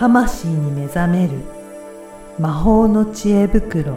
魂に目覚める魔法の知恵袋。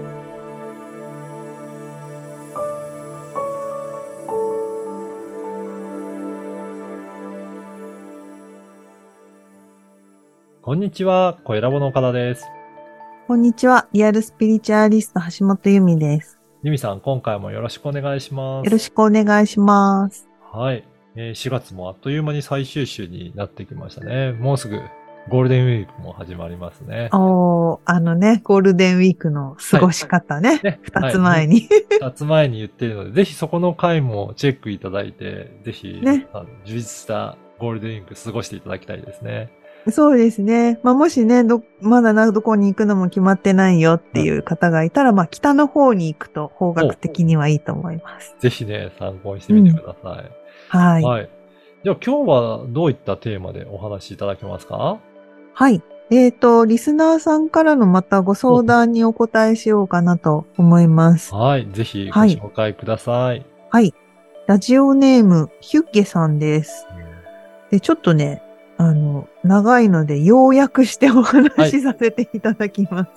こんにちは、小ラボの岡田です。 こんにちは、リアルスピリチュアリスト橋本由美です。 由美さん、今回もよろしくお願いします。 よろしくお願いします。 はい、4月もあっという間に最終週になってきましたね。もうすぐゴールデンウィークも始まりますね。 ゴールデンウィークの過ごし方ね。二つ前に。 二つ前に言っているので、ぜひそこの回もチェックいただいて、ぜひ、充実したゴールデンウィーク過ごしていただきたいですね。 そうですね。もしね、まだどこに行くのも決まってないよっていう方がいたら、北の方に行くと方角的にはいいと思います。 ぜひね、参考にしてみてください。 はい。 はい。じゃあ今日はどういったテーマでお話しいただけますか？ はい。リスナーさんからのまたご相談にお答えしようかなと思います。 はい。ぜひご紹介ください。 はい。ラジオネーム、ヒュッゲさんです。で、ちょっとね、長いので、要約してお話しさせていただきます。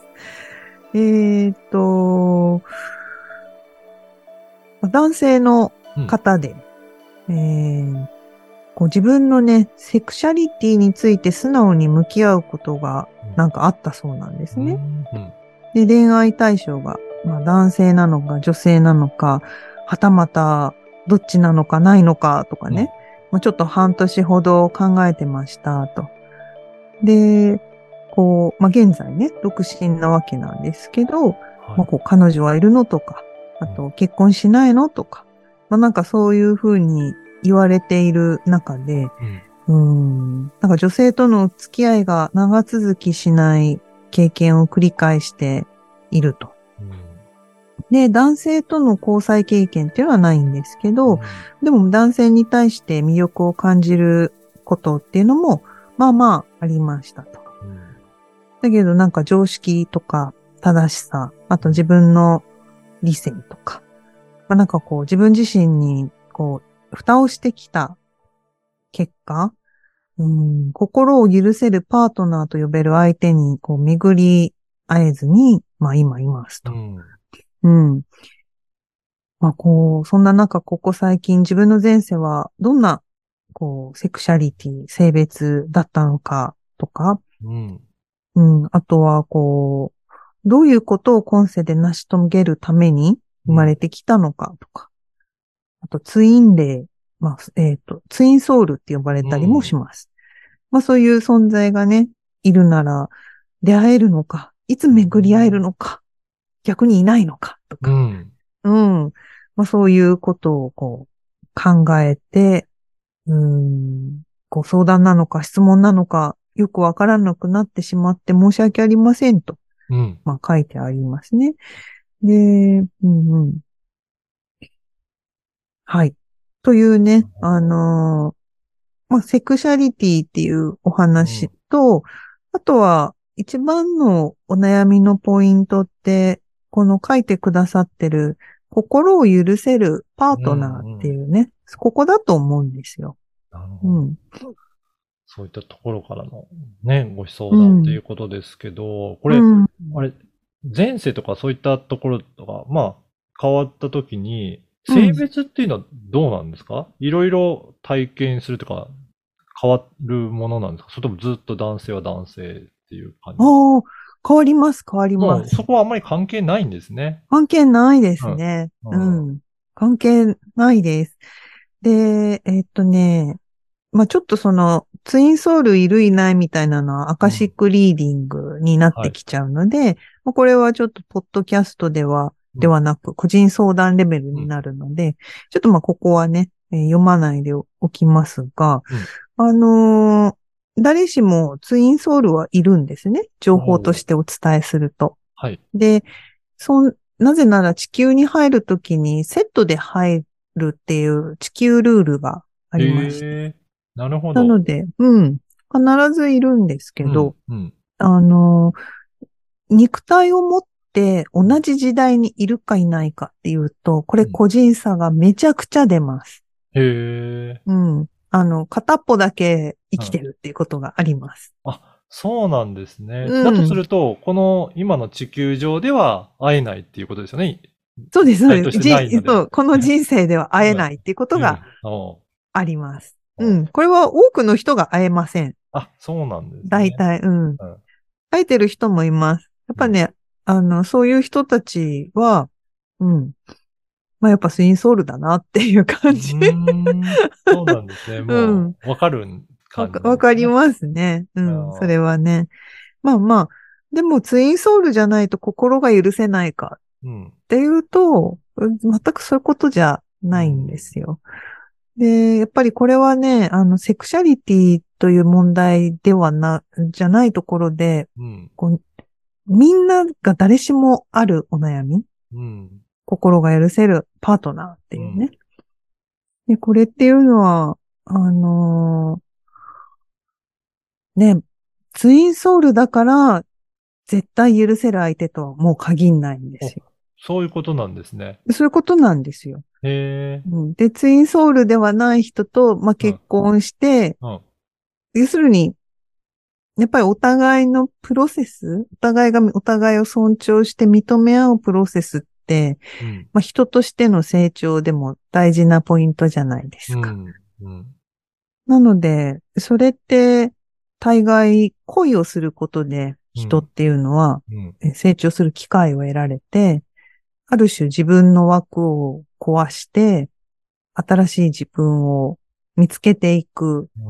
男性の方で、自分のね、セクシャリティについて素直に向き合うことがあったそうなんですね。で、恋愛対象が、男性なのか女性なのか、はたまたどっちなのかないのかとかね。ちょっと半年ほど考えてましたと。で、現在ね、独身なわけなんですけど、彼女はいるのとか、あと結婚しないのとか、そういうふうに言われている中で、女性との付き合いが長続きしない経験を繰り返していると。で、男性との交際経験っていうのはないんですけど、でも男性に対して魅力を感じることっていうのも、ありましたと。だけど常識とか正しさ、あと自分の理性とか、自分自身に蓋をしてきた結果、心を許せるパートナーと呼べる相手に巡り会えずに、今いますと。そんな中、ここ最近自分の前世はどんな、セクシャリティ、性別だったのかとか、あとは、どういうことを今世で成し遂げるために生まれてきたのかとか、あと、ツイン霊、ツインソウルって呼ばれたりもします。そういう存在がね、いるなら、出会えるのか、いつ巡り会えるのか、逆にいないのかとか、そういうことを考えて、相談なのか質問なのかよくわからなくなってしまって申し訳ありませんと、書いてありますね。で、はい。というね、セクシャリティっていうお話と、あとは一番のお悩みのポイントって、この書いてくださってる心を許せるパートナーっていうね、ここだと思うんですよ。 なるほど。そういったところからのね、ご相談っていうことですけど、これ、前世とかそういったところとか、変わった時に、性別っていうのはどうなんですか？いろいろ体験するとか、変わるものなんですか？それともずっと男性は男性っていう感じ？ 変わります、変わります。 そこはあんまり関係ないんですね。 関係ないですね。関係ないです。で、ちょっとツインソウルいるいないみたいなのはアカシックリーディングになってきちゃうので、これはちょっとポッドキャストではなく、個人相談レベルになるので、ちょっとここはね、読まないでおきますが、誰しもツインソウルはいるんですね。情報としてお伝えすると。で、なぜなら地球に入るときにセットで入るっていう地球ルールがありまして。 なるほど。 なので、必ずいるんですけど、肉体を持って同じ時代にいるかいないかっていうと、これ個人差がめちゃくちゃ出ます。片っぽだけ生きてるっていうことがあります。 そうなんですね。だとすうん。 ると、この今の地球上では会えないっていうことですよね。 そうです、そうです。 実体としてないので。 そう、この人生では会えはい。 ないっていうことがうん。おあります。うおん。これは多くの人が会えません。 あ、そうなんですね。 大体、うん。 うん。 会えてる人もいます。やっうん。 ぱね、そういう人たちは、うん。まあ、やっぱスインソールだなっていうう感じ。 ーん。そうなんですね。 うん。 もう、わかる感じなんわかりですね。 ますね。うん。そああ。 れはね。まあまあ、でもツインソウルじゃないと心が許せないかっうん。 ていうと、全くそういうことじゃないんうん。 ですよ。で、やっぱりこれはね、セクシャリティという問題ではじゃないところで、 うん。 こう、みんなが誰しもあるお悩み、 うん。 心が許せるパートナーってうん。 いうね。で、これっていうのは、あのね、ツインソウルだから絶対許せる相手とはもう限んないんですお、 よ。 そういうことなんですね。 そういうことなんですよ。 へえ。 うん、で、ツインソウルではない人と、まあ、 うん。 結婚して、 うん。 要するに、やっぱりお互いのプロセス、お互いがお互いを尊重して認め合うプロセスって、 うん。 まあ、人としての成長でも大事なポイントじゃないですか。 うん。うん。 なので、それって、大概恋をすることでうん。 人っていうのはうん。 成長する機会を得られて、ある種自分の枠を壊して、新しい自分を見つけていく、 うん。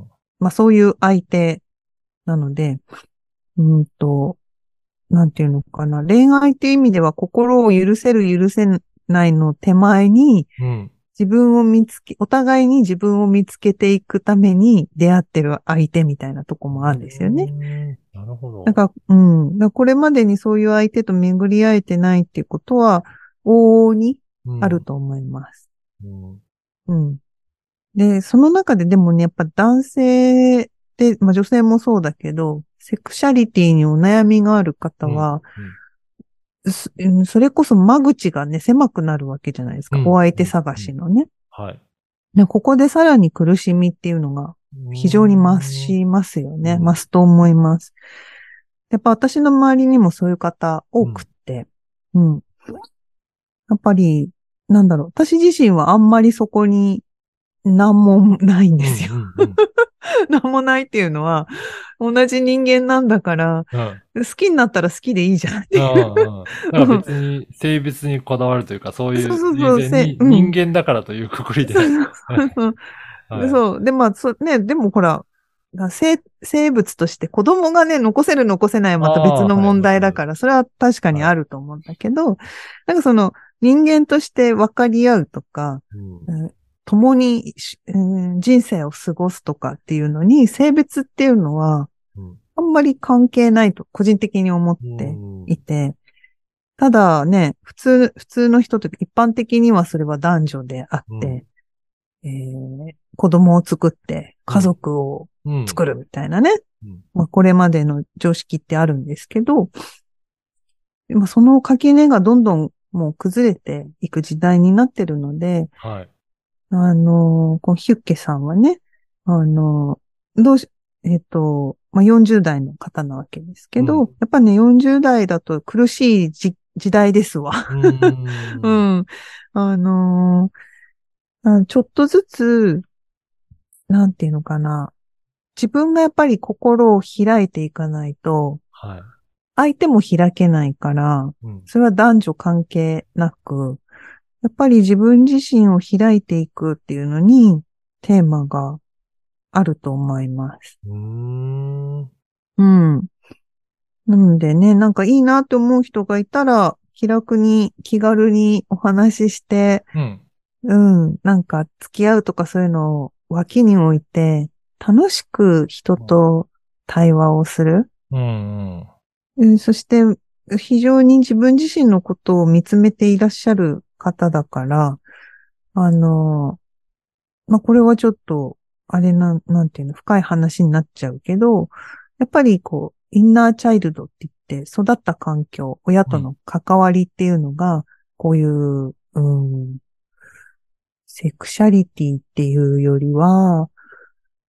まあそういう相手なので、うんと、なんていうのかな。恋愛っていう意味では心を許せる許せないの手前に、 うん。 自分をお互いに自分を見つけていくために出会ってる相手みたいなとこもあるんですよね。 なるほど。 だから、うん。だからこれまでにそういう相手と巡り合えてないっていうことは、往々にあるうん。 と思います。 うん。 うん。で、その中ででもね、やっぱ男性で、まあ女性もそうだけど、セクシャリティにお悩みがある方うん。 は、 うん。 それこそ間口がね、狭くなるわけじゃないですか。おうん。うん。 相手探うん。 しのね。 はい。 で、ここでさらに苦しみっていうのがうー非常に増ん。 しますよね。増うん。 すと思います。やっぱ私の周りにもそういう方多くっうん。 て、うん。やっぱり、なんだろう。私自身はあんまりそこになんもないんうん。 ですよ。 うん。うん。 なんもないっていうのは、同じ人間なんだから、 うん。 好きになったら好きでいいじゃんってういう。 ん。うん。なんかうん。 別に性別にこだわるというか、そうそういうそうそう、 人生にうん。 人間だからというくくりで。 そうそうそう。 はい。 そう。で、まあ、ね、でもほら、生物として子供がね、残せる残せないはまた別ああ、はい、 の問もちろんです。 題だから、それは確かにはい。 あると思うんだけど、なんかその人間として分かり合うとか、 うん。 共に人生を過ごすとかっていうのに、性別っていうのはうん。 あんまり関係ないと個人的に思っうてん。 いて、ただね、普通の人というか一般的にはそれは男女であっうん。 て、子供を作って家うん。 族をうん。 作るみたいなね。 うん。 まあ、これまでの常識ってあるんですけど、まあ、その垣根がどんどんもう崩れていく時代になってるので、 はい。 こうヒュッケさんはね、あの、どうし、まあ、40代の方なわけですけど、 うん。 やっぱね、40代だと苦しい時代ですわ。 うーうん。 ん。ちょっとずつ、なんていうのかな。自分がやっぱり心を開いていかないと、 はい。 相手も開けないから、 うん。 それは男女関係なく、やっぱり自分自身を開いていくっていうのにテーマがあると思います。 うーん。 うん。なのでね、なんかいいなって思う人がいたら、気楽に気軽にお話しして、 うん。 うん、なんか付き合うとかそういうのを脇に置いて、楽しく人と対話をする。 うん。うん。 うん、そして、非常に自分自身のことを見つめていらっしゃる方だから、あの、まあ、これはちょっと、なんていうの、深い話になっちゃうけど、やっぱりこう、インナーチャイルドって言って、育った環境、親うん。 との関わりっていうのが、こういう、セクシャリティっていうよりは、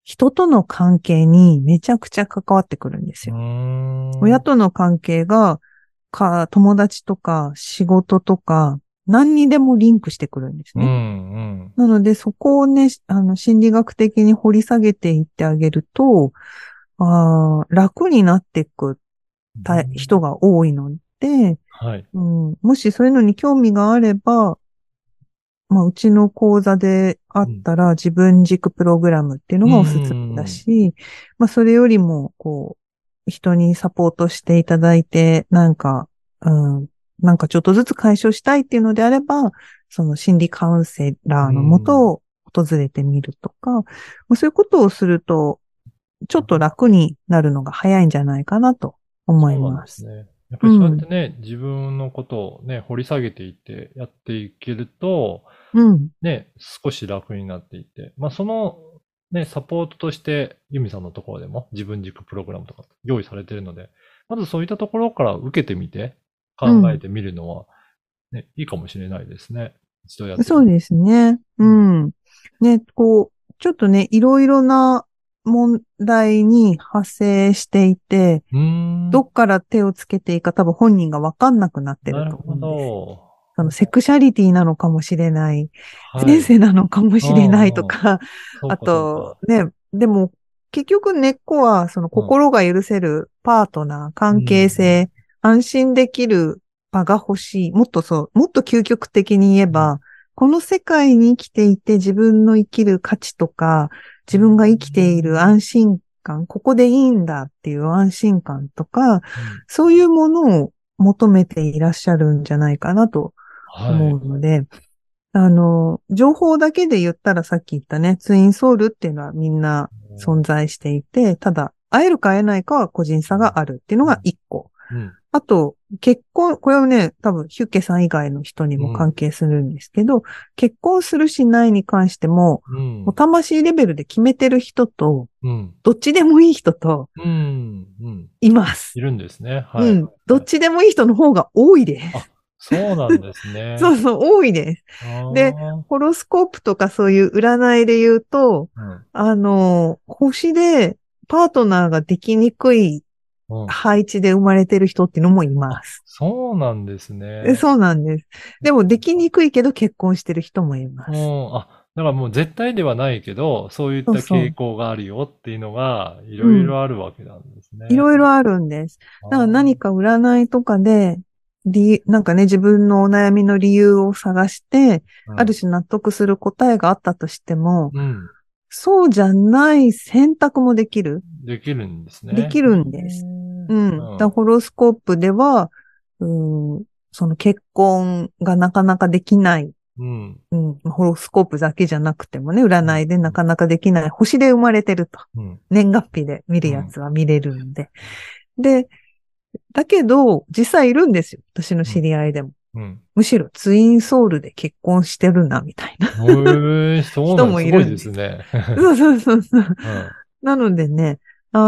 人との関係にめちゃくちゃ関わってくるんですよ。親との関係が、友達とか仕事とか、何にでもリンクしてくるんですね。なので、そこをね、心理学的に掘り下げていってあげると、楽になっていく人が多いので、 はい。 もしそういうのに興味があれば、うちの講座であったら自分軸プログラムっていうのがおすすめだし、それよりも、人にサポートしていただいて、なんかちょっとずつ解消したいっていうのであれば、その心理カウンセラーのもとを訪れてみるとか、そういうことをすると、ちょっと楽になるのが早いんじゃないかなと思います。 そうなんですね。やっぱりそうやってね、自分のことをね、掘り下げていってやっていけると、ね、少し楽になっていって、そのね、サポートとして、ユミさんのところでも自分軸プログラムとか用意されているので、まずそういったところから受けてみて、考えてみるのは、ね、いいかもしれないですね。一度やって。 そうですね。ね、ちょっとね、いろいろな問題に派生していて、どっから手をつけていいか多分本人がわかんなくなってると思うんです。なるほど。セクシャリティなのかもしれない。前世なのかもしれないとか、あと、ね、でも結局根っこはその心が許せるパートナー、関係性、安心できる場が欲しい。もっと究極的に言えば、この世界に生きていて自分の生きる価値とか、自分が生きている安心感、ここでいいんだっていう安心感とか、そういうものを求めていらっしゃるんじゃないかなと思うので、情報だけで言ったらさっき言ったね、ツインソウルっていうのはみんな存在していて、ただ、会えるか会えないかは個人差があるっていうのが一個。あと、結婚、これはね、多分ヒュッケさん以外の人にも関係するんですけど、結婚するしないに関しても、もう魂レベルで決めてる人と、どっちでもいい人と、います。 いるんですね。 はい。どっちでもいい人の方が多いです。 あ、そうなんですね。 そうそう、多いです。で、ホロスコープとかそういう占いで言うと、星でパートナーができにくい配置で生まれてる人っていうのもいます。 そうなんですね。 そうなんです。でもできにくいけど結婚してる人もいます。 だからもう絶対ではないけど、そういった傾向があるよっていうのが、いろいろあるわけなんですね。 いろいろあるんです。だから何か占いとかで、なんかね、自分のお悩みの理由を探して、ある種納得する答えがあったとしても、そうじゃない選択もできる。 できるんですね。 できるんです。ホロスコープでは、その結婚がなかなかできない。ホロスコープだけじゃなくてもね、占いでなかなかできない。星で生まれてると。年月日で見るやつは見れるんで。で、だけど、実際いるんですよ。私の知り合いでも。むしろツインソウルで結婚してるな、みたいな。人もいるんです。 すごいですね。 そう。なのでね、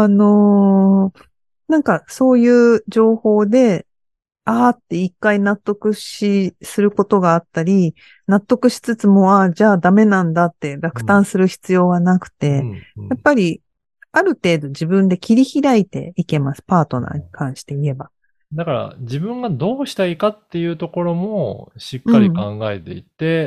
なんかそういう情報で、って一回納得することがあったり、納得しつつも、じゃあダメなんだって落胆する必要はなくて、やっぱり、ある程度自分で切り開いていけます。パートナーに関して言えば。 だから自分がどうしたいかっていうところもしっかり考えていって、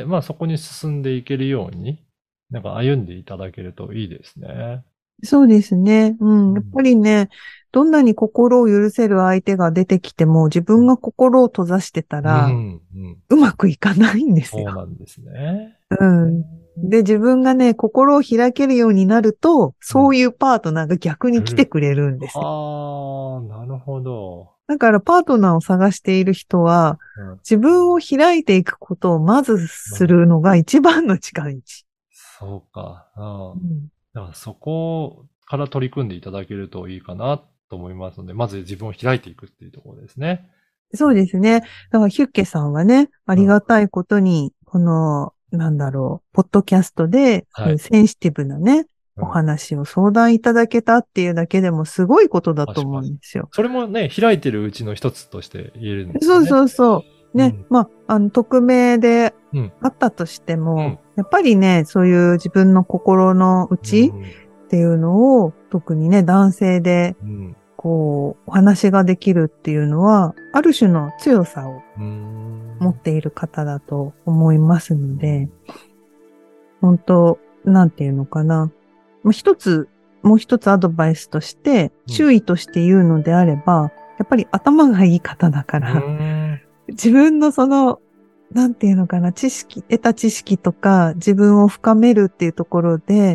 そこに進んでいけるように、なんか歩んでいただけるといいですね。 そうですね。やっぱりね、どんなに心を許せる相手が出てきても、自分が心を閉ざしてたら、うまくいかないんですよ。 そうなんですね。 で、自分がね、心を開けるようになると、そういうパートナーが逆に来てくれるんですよ。 なるほど。 だからパートナーを探している人は、自分を開いていくことをまずするのが一番の近道。 そうか。だからそこから取り組んでいただけるといいかなと思いますので、まず自分を開いていくっていうところですね。 そうですね。だからヒュッケさんはね、ありがたいことに、この、ポッドキャストで、センシティブなね、お話を相談いただけたっていうだけでもすごいことだと思うんですよ。 それもね、開いてるうちの一つとして言えるんですね。 そう。ね、匿名であったとしても、やっぱりね、そういう自分の心の内、 っていうのを、特にね、男性で、こう、お話ができるっていうのは、ある種の強さを持っている方だと思いますので、本当なんていうのかな。もう一つアドバイスとして、注意として言うのであれば、やっぱり頭がいい方だから、自分のその、なんていうのかな、得た知識とか、自分を深めるっていうところで、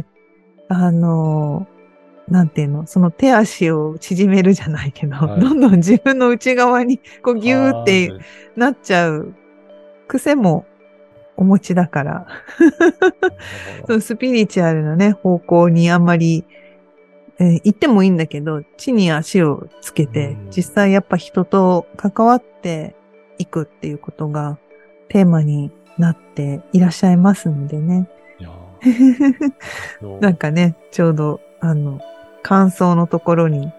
なんていうの、その手足を縮めるじゃないけど、どんどん自分の内側にこうギューってなっちゃう癖もお持ちだから、そのスピリチュアルなね、方向にあんまり、行ってもいいんだけど、地に足をつけて、実際やっぱ人と関わっていくっていうことがテーマになっていらっしゃいますのでね。なんかね、ちょうど、感想のところに、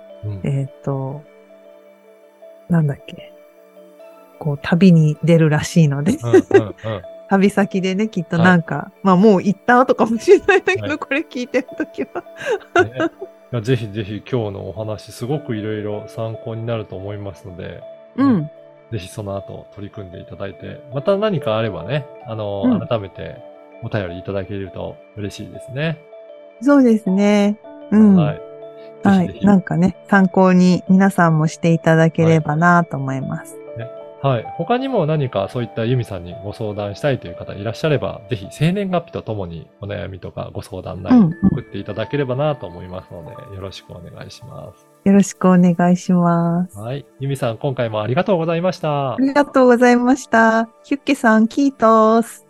なんだっけ、こう、旅に出るらしいので、旅先でね、きっとなんか、まあもう行った後かもしれないんだけど、これ聞いてるときは。 ぜひぜひ今日のお話、すごくいろいろ参考になると思いますので、ぜひその後取り組んでいただいて、また何かあればね、改めてお便りいただけると嬉しいですね。 そうですね。はい。なんかね、参考に皆さんもしていただければなと思います。 はい。他にも何かそういったユミさんにご相談したいという方いらっしゃれば、ぜひ生年月日とともにお悩みとかご相談内容送っていただければなと思いますので、よろしくお願いします。 よろしくお願いします。 はい。ユミさん、今回もありがとうございました。 ありがとうございました。ヒュッケさん、キートース。